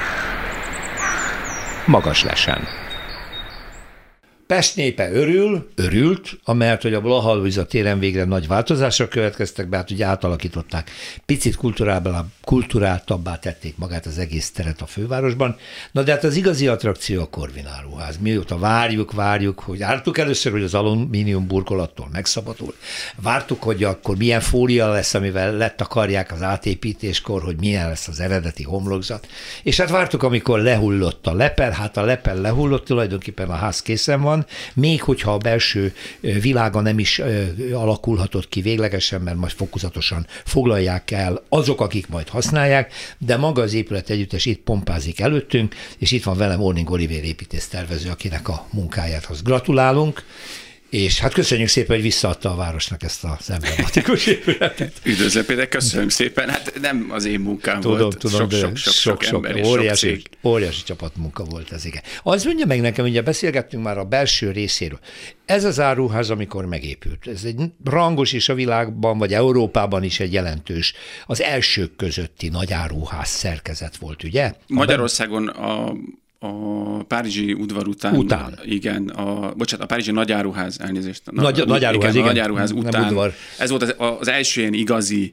Magas lesen. Pest népe örült, amellett, hogy a Blaha-Lujza téren végre nagy változások következtek be, hát ugye átalakították, picit kulturáltabbá tették magát az egész teret a fővárosban. Na de hát az igazi attrakció a Corvin áruház. Mióta várjuk, hogy vártuk először, hogy az alumínium burkolattól megszabadul. Vártuk, hogy akkor milyen fólia lesz, amivel letakarják az átépítéskor, hogy milyen lesz az eredeti homlokzat. És hát vártuk, amikor lehullott a lepel, hát a lepel lehullott, tulajdonképpen a ház készen van, még hogyha a belső világa nem is alakulhatott ki véglegesen, mert majd fokozatosan foglalják el azok, akik majd használják, de maga az épület együttes itt pompázik előttünk, és itt van velem Orning Olivér építésztervező, akinek a munkájához gratulálunk, és hát köszönjük szépen, hogy visszaadta a városnak ezt az emblematikus épületet. Üdvözlöm, Péter, köszönöm szépen. Hát nem az én munkám volt. Sok ember és óriási, sok cég. óriási csapatmunka volt ez, igen. Az mondja meg nekem, ugye beszélgettünk már a belső részéről. Ez az áruház, amikor megépült, ez egy rangos is a világban, vagy Európában is egy jelentős, az elsők közötti nagy áruház szerkezet volt, ugye? Magyarországon a párizsi udvar után. Igen, a párizsi nagyáruház, elnézést. Nagyáruház után. Ez volt az első ilyen igazi,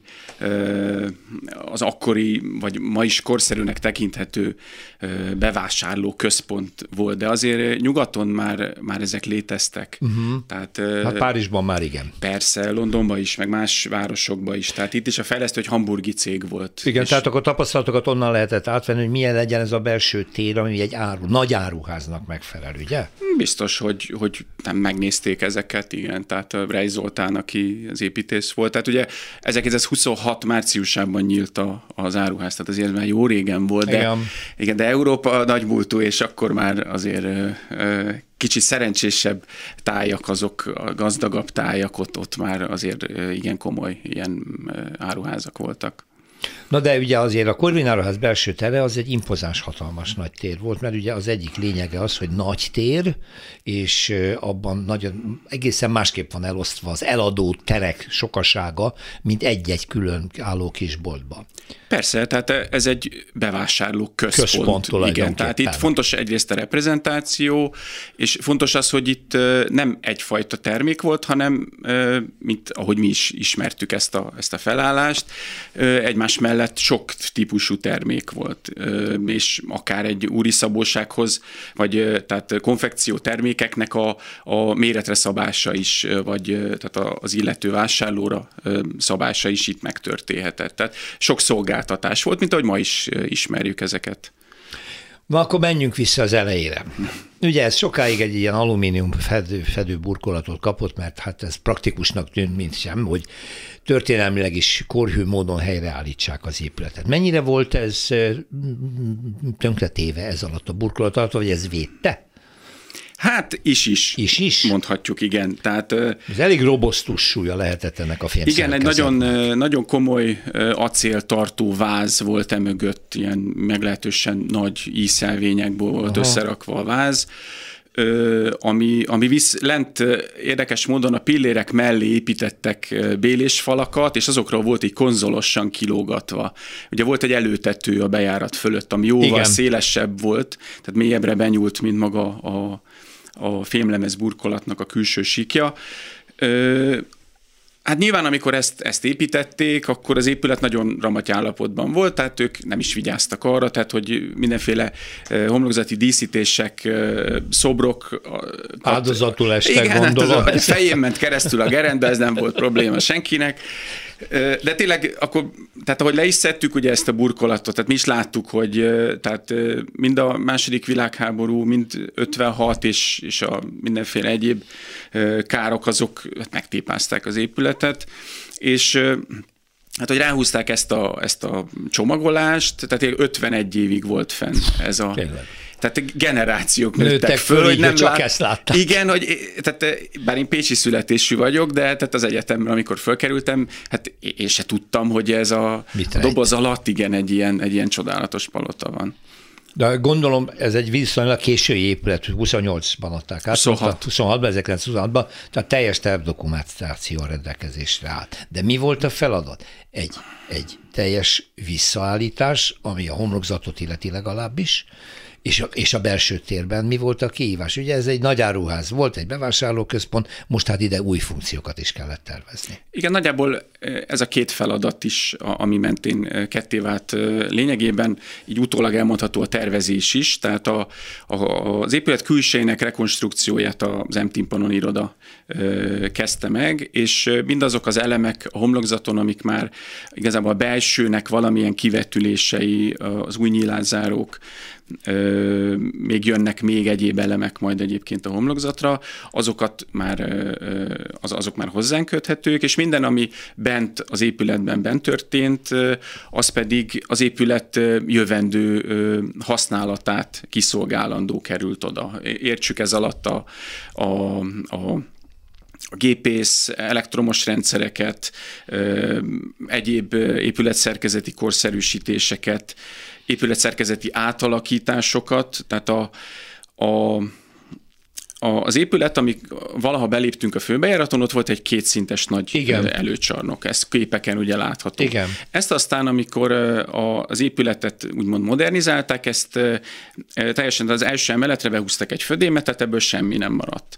az akkori, vagy ma is korszerűnek tekinthető bevásárló központ volt, de azért nyugaton már ezek léteztek. Tehát, hát Párizsban már igen. Persze, Londonban is, meg más városokban is. Tehát itt is a fejlesztő egy hamburgi cég volt. Igen, tehát akkor tapasztalatokat onnan lehetett átvenni, hogy milyen legyen ez a belső tér, ami egy nagy áruháznak megfelel, ugye? Biztos, hogy nem megnézték ezeket, igen. Tehát Reis Zoltán, aki az építész volt. Tehát ugye 1926 márciusában nyílt az áruház, tehát azért már jó régen volt, de Európa nagymúltú, és akkor már azért kicsit szerencsésebb tájak, azok a gazdagabb tájak, ott már azért igen komoly ilyen áruházak voltak. Na de ugye azért a Corvináróház belső tere az egy impozáns, hatalmas nagy tér volt, mert ugye az egyik lényege az, hogy nagy tér, és abban nagyon egészen másképp van elosztva az eladó terek sokasága, mint egy-egy külön álló kis boltban. Persze, tehát ez egy bevásárló központ. Igen, tehát itt fontos egyrészt a reprezentáció, és fontos az, hogy itt nem egyfajta termék volt, hanem, mint ahogy mi is ismertük ezt a felállást, egymás mellett sok típusú termék volt, és akár egy úri szabósághoz, vagy tehát konfekció termékeknek a méretre szabása is, vagy tehát az illető vásárlóra szabása is itt megtörténhetett. Tehát sok szolgáltatás volt, mint ahogy ma is ismerjük ezeket. Na, akkor menjünk vissza az elejére. Ugye ez sokáig egy ilyen alumínium fedő burkolatot kapott, mert hát ez praktikusnak tűnt, mint sem, hogy történelmileg is korhű módon helyreállítsák az épületet. Mennyire volt ez tönkretéve ez alatt a burkolat alatt, vagy ez védte? Hát is mondhatjuk, igen. Tehát, ez elég robosztus súlya lehetett ennek a fémszerkezetnek. Igen, egy nagyon komoly acéltartó váz volt emögött, ilyen meglehetősen nagy íszelvényekből volt összerakva a váz, ami lent érdekes módon a pillérek mellé építettek bélésfalakat, és azokról volt így konzolosan kilógatva. Ugye volt egy előtető a bejárat fölött, ami jóval szélesebb volt, tehát mélyebbre benyúlt, mint maga a fémlemez burkolatnak a külső síkja. Hát nyilván, amikor ezt építették, akkor az épület nagyon ramaty állapotban volt, tehát ők nem is vigyáztak arra, tehát hogy mindenféle homlokzati díszítések, szobrok... Áldozatul estek, gondolom. Hát fején ment keresztül a gerendbe, ez nem volt probléma senkinek. De tényleg akkor, tehát ahogy le is szedtük ugye ezt a burkolatot, tehát mi is láttuk, hogy tehát mind a második világháború, mind 56 és a mindenféle egyéb károk azok megtépázták az épületet, és hát, hogy ráhúzták ezt a csomagolást, tehát 51 évig volt fenn ez a... Tényleg. Tehát generációk nőttek föl, hogy nem csak ezt látták. Igen, hogy tehát, bár én pécsi születésű vagyok, de tehát az egyetemre, amikor fölkerültem, hát én se tudtam, hogy ez a doboz alatt igen, egy ilyen csodálatos palota van. De gondolom, ez egy viszonylag késői épület, 28-ban adták át, 26-ban, 1926-ban, tehát teljes tervdokumentáció a rendelkezésre állt. De mi volt a feladat? Egy teljes visszaállítás, ami a homlokzatot illeti legalábbis, és a belső térben mi volt a kihívás? Ugye ez egy nagy áruház volt, egy bevásárlóközpont, most hát ide új funkciókat is kellett tervezni. Igen, nagyjából ez a két feladat is, ami mentén ketté vált lényegében, így utólag elmondható a tervezés is, tehát az épület külsejének rekonstrukcióját az M-Tympanon iroda kezdte meg, és mindazok az elemek a homlokzaton, amik már igazából a belsőnek valamilyen kivetülései, az új nyilázárók, még jönnek még egyéb elemek majd egyébként a homlokzatra, azok már hozzánk köthetők, és minden, ami bent az épületben bent történt, az pedig az épület jövendő használatát kiszolgálandó került oda. Értsük ez alatt a gépész, elektromos rendszereket, egyéb épületszerkezeti korszerűsítéseket, épületszerkezeti átalakításokat, tehát az épület, amik valaha beléptünk a főbejáraton, ott volt egy kétszintes nagy előcsarnok, ez képeken ugye látható. Igen. Ezt aztán, amikor az épületet úgymond modernizálták, ezt teljesen az első emeletre behúztak egy födémet, tehát ebből semmi nem maradt.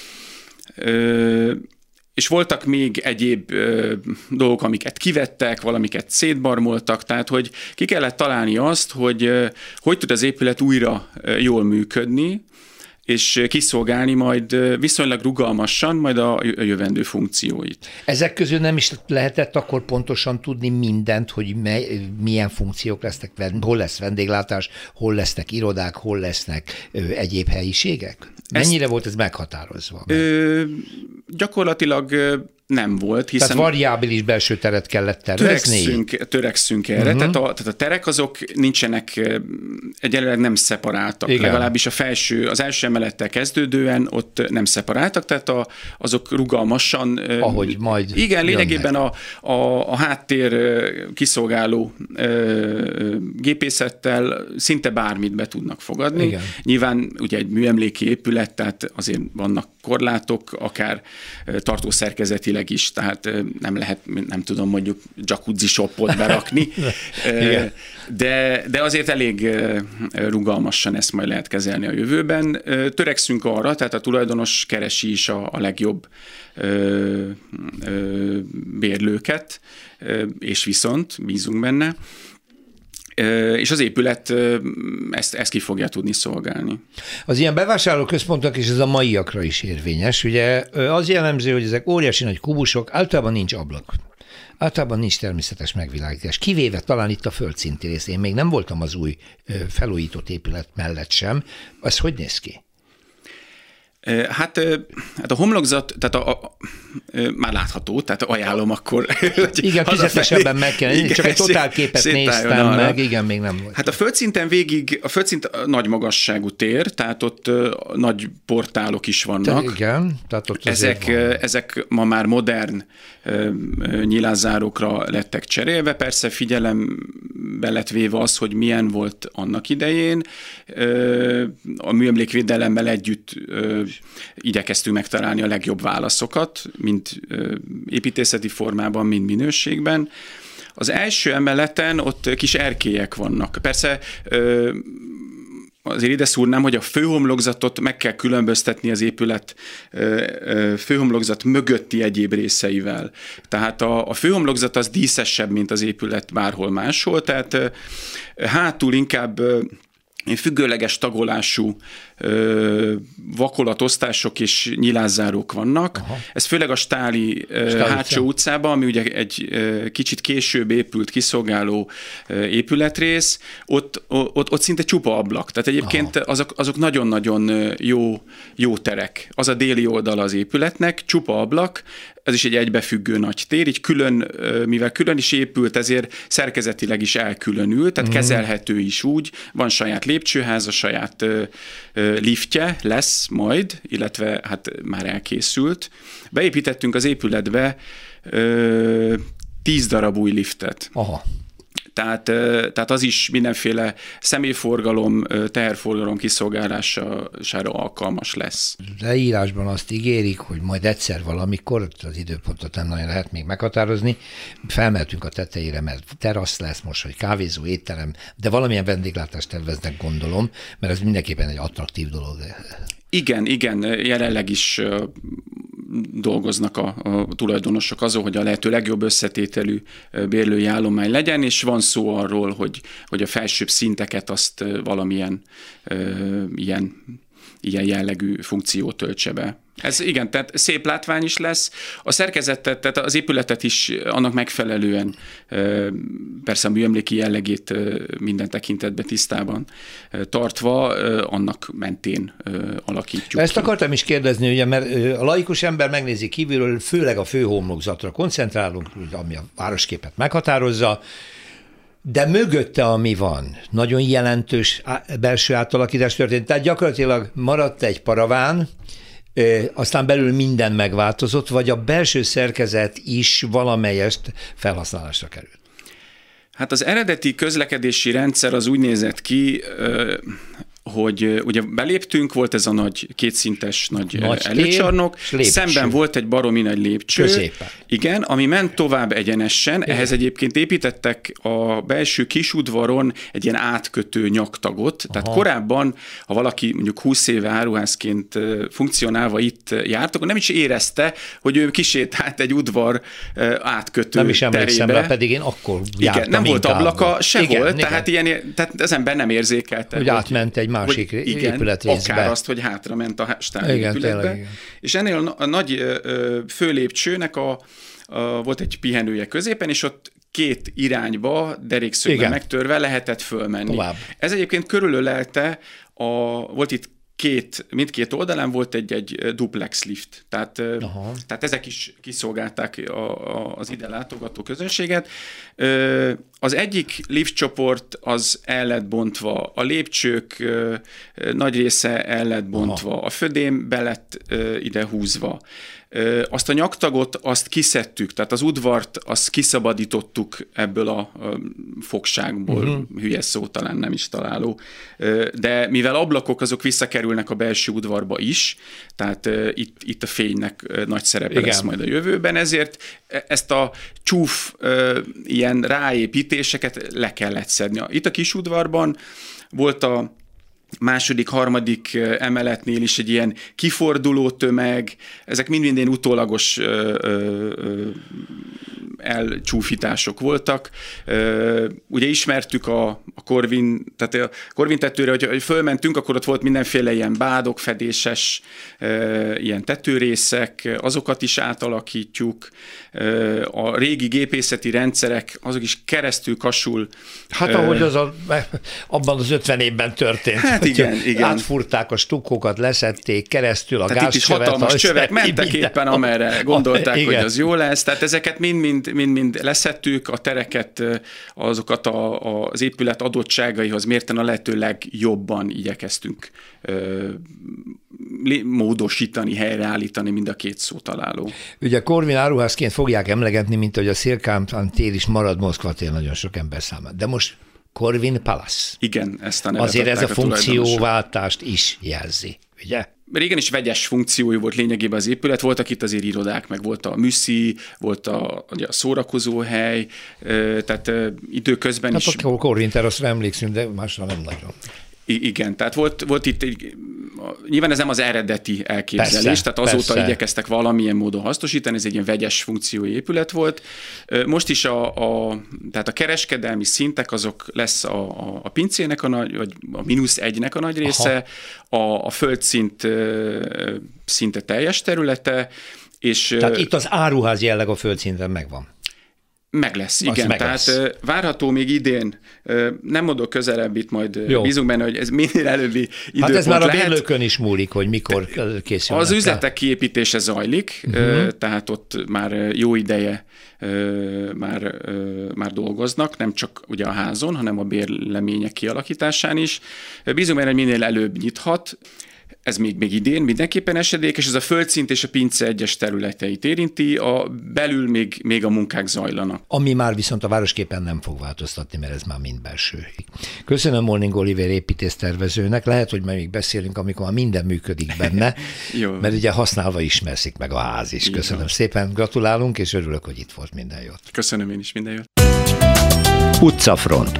És voltak még egyéb dolgok, amiket kivettek, valamiket szétbarmoltak, tehát hogy ki kellett találni azt, hogy tud az épület újra jól működni, és kiszolgálni majd viszonylag rugalmasan majd a jövendő funkcióit. Ezek közül nem is lehetett akkor pontosan tudni mindent, hogy milyen funkciók lesznek, hol lesz vendéglátás, hol lesznek irodák, hol lesznek egyéb helyiségek? Mennyire volt ez meghatározva? Gyakorlatilag nem volt, hiszen... Tehát variábilis belső teret kellett tervezni? Törekszünk erre, tehát a terek azok nincsenek, egyelőre nem szeparáltak. Igen. Legalábbis az első emelettel kezdődően ott nem szeparáltak, tehát azok rugalmasan... Ahogy majd igen, lényegében a háttér kiszolgáló gépészettel szinte bármit be tudnak fogadni. Igen. Nyilván ugye egy műemléki épület, tehát azért vannak korlátok, akár tartószerkezetileg is, tehát nem lehet, nem tudom, mondjuk jacuzzi shopot berakni, de azért elég rugalmasan ezt majd lehet kezelni a jövőben. Törekszünk arra, tehát a tulajdonos keresi is a legjobb bérlőket, és viszont bízunk benne, és az épület ezt ki fogja tudni szolgálni. Az ilyen bevásárlóközpontok, és ez a maiakra is érvényes, ugye az jellemző, hogy ezek óriási nagy kubusok, általában nincs ablak. Általában nincs természetes megvilágítás, kivéve talán itt a földszinti rész. Én még nem voltam az új felújított épület mellett sem. Ez hogy néz ki? Hát a homlokzat, tehát már látható, tehát ajánlom akkor. Igen, tüzetesebben meg kell, igen, csak egy totálképet néztem arra. Meg, igen, még nem volt. Hát a földszinten a földszint nagy magasságú tér, tehát ott nagy portálok is vannak. Igen, tehát ott ezek ma már modern nyilázárókra lettek cserélve, persze figyelembe lett véve az, hogy milyen volt annak idején. A műemlékvédelemmel együtt igyekeztünk megtalálni a legjobb válaszokat, mind építészeti formában, mind minőségben. Az első emeleten ott kis erkélyek vannak. Persze azért ide szúrnám, hogy a főhomlokzatot meg kell különböztetni az épület főhomlokzat mögötti egyéb részeivel. Tehát a főhomlokzat az díszesebb, mint az épület bárhol máshol, tehát hátul inkább függőleges tagolású vakolatosztások és nyilászárók vannak. Aha. Ez főleg a Stáli hátsó utcában, ami ugye egy kicsit később épült kiszolgáló épületrész, ott szinte csupa ablak. Tehát egyébként azok nagyon-nagyon jó terek. Az a déli oldala az épületnek, csupa ablak, ez is egy egybefüggő nagy tér, így külön, mivel külön is épült, ezért szerkezetileg is elkülönült, tehát kezelhető is úgy, van saját lépcsőháza, saját liftje lesz majd, illetve hát már elkészült. Beépítettünk az épületbe 10 darab új liftet. Aha. Tehát az is mindenféle személyforgalom, teherforgalom kiszolgálására alkalmas lesz. Leírásban azt ígérik, hogy majd egyszer valamikor, az időpontot nem nagyon lehet még meghatározni, felmeltünk a tetejére, mert terasz lesz most, vagy kávézó, étterem, de valamilyen vendéglátást terveznek, gondolom, mert ez mindenképpen egy attraktív dolog. Igen, jelenleg is dolgoznak a tulajdonosok azon, hogy a lehető legjobb összetételű bérlői állomány legyen, és van szó arról, hogy a felsőbb szinteket azt valamilyen ilyen jellegű funkciót töltse be. Ez igen, tehát szép látvány is lesz. A szerkezetet, tehát az épületet is annak megfelelően, persze a műemléki jellegét minden tekintetben tisztában tartva, annak mentén alakítjuk. Ezt akartam is kérdezni, ugye, mert a laikus ember megnézi kívülről, főleg a főhomlokzatra koncentrálunk, ami a városképet meghatározza, de mögötte, ami van, nagyon jelentős belső átalakítás történt. Tehát gyakorlatilag maradt egy paraván, aztán belül minden megváltozott, vagy a belső szerkezet is valamelyest felhasználásra került? Hát az eredeti közlekedési rendszer az úgy nézett ki, hogy ugye beléptünk, volt ez a nagy kétszintes nagy előcsarnok, szemben volt egy baromi nagy lépcső. Középen. Igen, ami ment tovább egyenesen, igen. Ehhez egyébként építettek a belső kisudvaron egy ilyen átkötő nyaktagot, tehát korábban, ha valaki mondjuk 20 éve áruházként funkcionálva itt járt, akkor nem is érezte, hogy ő kisétált egy udvar átkötő nem is emlékszem rá, pedig én akkor jártam. Igen, nem volt ablaka, sehol, tehát az ember nem érzékelte. Hogy átment egy másik épületrészbe. Akár azt, hogy hátrament a Stáli épületbe. És ennél a nagy főlépcsőnek volt egy pihenője középen, és ott két irányba derékszögben megtörve lehetett fölmenni. Tovább. Ez egyébként körülölelte, volt itt mindkét oldalán volt egy duplex lift, tehát ezek is kiszolgálták az ide látogató közönséget. Az egyik liftcsoport az el lett bontva, a lépcsők nagy része el lett bontva, a födém be lett ide húzva. Azt a nyaktagot, azt kiszedtük, tehát az udvart, azt kiszabadítottuk ebből a fogságból, hülye szó talán nem is találó, de mivel ablakok azok visszakerülnek a belső udvarba is, tehát itt a fénynek nagy szerepe lesz majd a jövőben, ezért ezt a csúf ilyen ráépítéseket le kellett szedni. Itt a kis udvarban volt a második, harmadik emeletnél is egy ilyen kiforduló tömeg, ezek mind-mind utólagos elcsúfítások voltak. Ugye ismertük a Corvin, tehát a Corvin tetőre, hogy fölmentünk, akkor ott volt mindenféle ilyen bádogfedéses ilyen tetőrészek, azokat is átalakítjuk. A régi gépészeti rendszerek, azok is keresztül kasul. Hát ahogy az abban az 50 évben történt. Hát igen. Átfúrták a stukkókat, leszették keresztül a gázcsövet. Itt is hatalmas csövek mentek éppen, amerre gondolták, igen, hogy az jó lesz. Tehát ezeket mind leszettük, a tereket, azokat az épület adottságaihoz mérten a lehető legjobban igyekeztünk módosítani, helyreállítani mind a két szótaláló. Ugye Corvin áruházként fogják emlegetni, mint hogy a Szélkámán tér is marad, Moszkva tér nagyon sok ember számára. De most Corvin Palace. Igen, ezt a nevet azért ez a funkcióváltást is jelzi, ugye? Régen is vegyes funkciójú volt lényegében az épület, voltak itt azért irodák, meg volt a műszi, volt a szórakozóhely, tehát időközben is... Hát a Corvin teraszra emlékszünk, de másra nem nagyon. Igen, tehát volt itt nyilván ez nem az eredeti elképzelés, tehát azóta igyekeztek valamilyen módon hasznosítani, ez egy ilyen vegyes funkciói épület volt. Most is tehát a kereskedelmi szintek, azok lesz a pincének vagy a -1-nek a nagy része, a földszint szinte teljes területe, és... Tehát itt az áruház jelleg a földszinten megvan. Meg lesz, igen. Tehát várható még idén, nem mondok közelebb itt, majd bízunk benne, hogy ez minél előbbi időpont lehet. Hát ez már a bérlőkön is múlik, hogy mikor készülnek. Az üzletek kiépítése zajlik, tehát ott már jó ideje már dolgoznak, nem csak ugye a házon, hanem a bérlemények kialakításán is. Bízunk benne, hogy minél előbb nyithat. Ez még idén mindenképpen esedékes, ez a földszint és a pince egyes területeit érinti, belül még a munkák zajlanak. Ami már viszont a városképen nem fog változtatni, mert ez már mind belső. Köszönöm Morning Oliver építésztervezőnek, lehet, hogy majd még beszélünk, amikor már minden működik benne, mert ugye használva ismerszik meg a ház is. Köszönöm szépen, gratulálunk, és örülök, hogy itt volt, minden jót. Köszönöm én is, minden jót. Utcafront.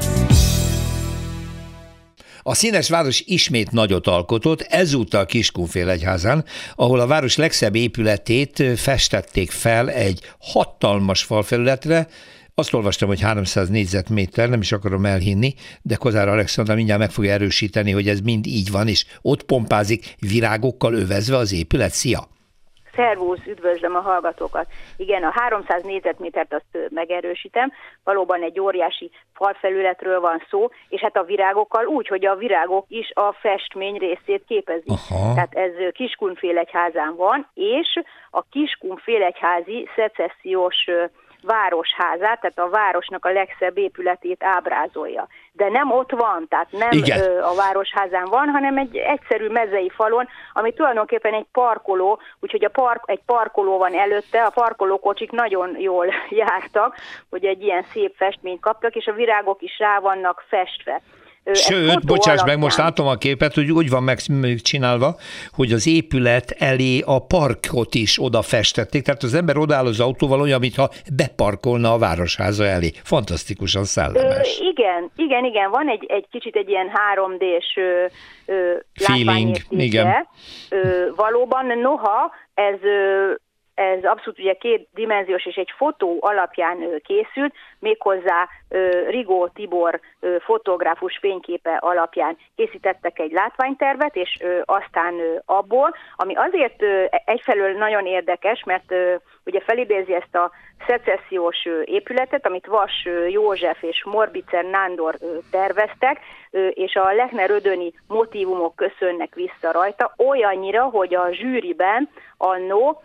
A színes város ismét nagyot alkotott, ezúttal Kiskunfélegyházán, ahol a város legszebb épületét festették fel egy hatalmas falfelületre. Azt olvastam, hogy 300 négyzetméter, nem is akarom elhinni, de Kozár Alexandra mindjárt meg fogja erősíteni, hogy ez mind így van, és ott pompázik virágokkal övezve az épület. Szia! Szervusz, üdvözlöm a hallgatókat. Igen, a 300 négyzetmétert azt megerősítem, valóban egy óriási falfelületről van szó, és hát a virágokkal úgy, hogy a virágok is a festmény részét képezik. Aha. Tehát ez Kiskunfélegyházán van, és a Kiskunfélegyházi szecessziós városházát, tehát a városnak a legszebb épületét ábrázolja. De nem ott van, tehát nem a városházán van, hanem egy egyszerű mezei falon, ami tulajdonképpen egy parkoló, úgyhogy egy parkoló van előtte, a parkolókocsik nagyon jól jártak, hogy egy ilyen szép festményt kaptak, és a virágok is rá vannak festve. Sőt, bocsáss meg, most látom a képet, hogy úgy van megcsinálva, hogy az épület elé a parkot is oda festették, tehát az ember odaáll az autóval olyan, mintha beparkolna a városháza elé. Fantasztikusan szellemes. Igen, van egy kicsit egy ilyen 3D-s feeling, igen. Valóban, noha ez ez abszolút ugye 2 dimenziós és egy fotó alapján készült, méghozzá Rigó Tibor fotográfus fényképe alapján készítettek egy látványtervet, és aztán abból, ami azért egyfelől nagyon érdekes, mert ugye felidézi ezt a szecessziós épületet, amit Vas József és Morbicer Nándor terveztek, és a Lechner-Ödöni motívumok köszönnek vissza rajta, olyannyira, hogy a zsűriben annó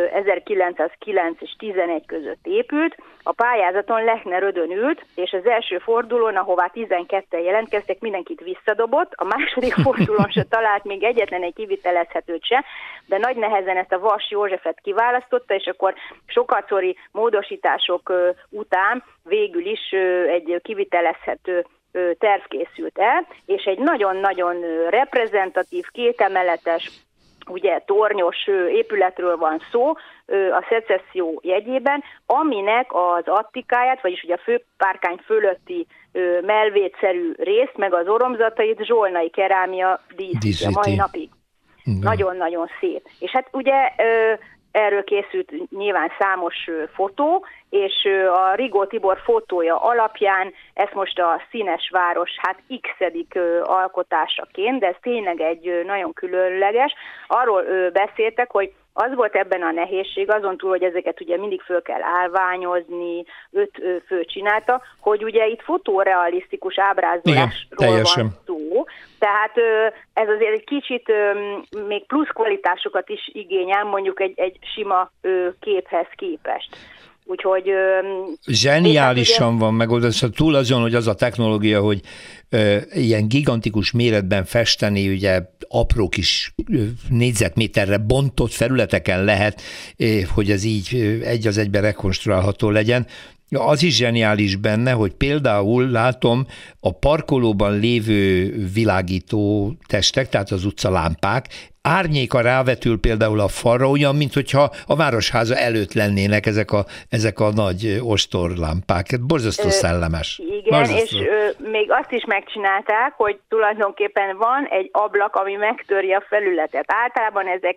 1909 és 11 között épült, a pályázaton Lechner-Ödön ült, és az első fordulón, ahová 12-en jelentkeztek, mindenkit visszadobott, a második fordulón se talált még egyetlen egy kivitelezhetőt se, de nagy nehezen ezt a Vas Józsefet kiválasztotta, és akkor sokatszori módosítások után végül is egy kivitelezhető terv készült el, és egy nagyon-nagyon reprezentatív, 2 emeletes, ugye tornyos épületről van szó a szecesszió jegyében, aminek az attikáját, vagyis ugye a főpárkány fölötti melvédszerű részt, meg az oromzatait zsolnai kerámia díszíti a mai napig. Nagyon-nagyon szép. És hát ugye erről készült nyilván számos fotó, és a Rigó Tibor fotója alapján ezt most a Színes Város x-edik alkotásaként, de ez tényleg egy nagyon különleges. Arról beszéltek, hogy az volt ebben a nehézség, azon túl, hogy ezeket ugye mindig föl kell állványozni, 5 fő csinálta, hogy ugye itt fotorealisztikus ábrázolásról van szó, tehát ez azért egy kicsit még plusz kvalitásokat is igényel, mondjuk egy sima képhez képest. Úgyhogy... Zseniálisan van megoldva, szóval túl azon, hogy az a technológia, hogy ilyen gigantikus méretben festeni, ugye apró kis négyzetméterre bontott felületeken lehet, hogy ez így egy az egyben rekonstruálható legyen. Az is zseniális benne, hogy például látom a parkolóban lévő világító testek, tehát az utcalámpák, árnyéka rávetül például a falra, olyan, mintha a Városháza előtt lennének ezek a nagy ostorlámpák. Borzasztó szellemes. Igen, borzasztó. És még azt is megcsinálták, hogy tulajdonképpen van egy ablak, ami megtöri a felületet. Általában ezek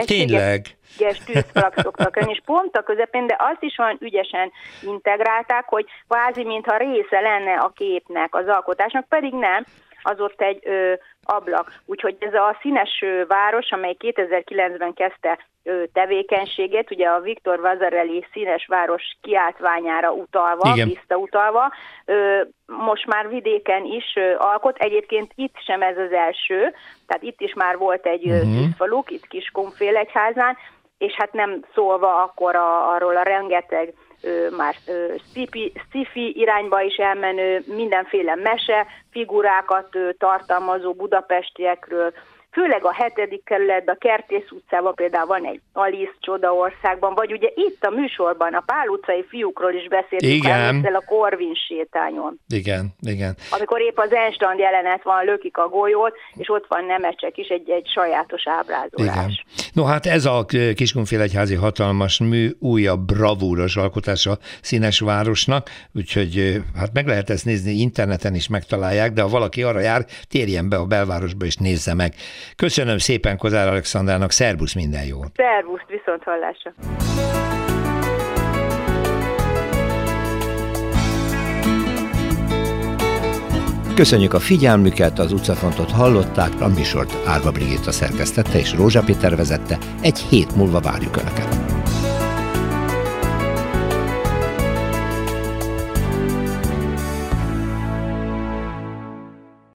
egységes tűzfalak szoktak lenni, és pont a közepén, de azt is olyan ügyesen integrálták, hogy kvázi mintha része lenne a képnek, az alkotásnak, pedig nem, az ott egy ablak. Úgyhogy ez a Színes Város, amely 2009-ben kezdte tevékenységét, ugye a Viktor Vasarely Színes Város kiáltványára utalva, visszautalva, most már vidéken is alkot. Egyébként itt sem ez az első, tehát itt is már volt egy tűzfaluk, itt Kiskunfélegyházán, és hát nem szólva akkor arról a rengeteg már sci-fi irányba is elmenő, mindenféle mese figurákat tartalmazó budapestiekről, főleg a 7. kerületben, a Kertész utcában például van egy Alice Csodaországban, vagy ugye itt a műsorban a Pál utcai fiúkról is beszéltünk el a Korvin sétányon. Igen. Amikor épp az Enstrand jelenet van, lökik a golyót, és ott van Nemecsek is, egy sajátos ábrázolás. Igen. No hát ez a Kiskunfélegyházi hatalmas mű újabb bravúros alkotása Színes Városnak, úgyhogy hát meg lehet ezt nézni, interneten is megtalálják, de ha valaki arra jár, térjen be a belvárosba és nézze meg. Köszönöm szépen Kozár Alexandrának, szervusz, minden jót! Szervusz, viszont hallásra! Köszönjük a figyelmüket, az utcafrontot hallották, a műsort Árva Brigitta szerkesztette és Rózsa Péter vezette, egy hét múlva várjuk Önöket.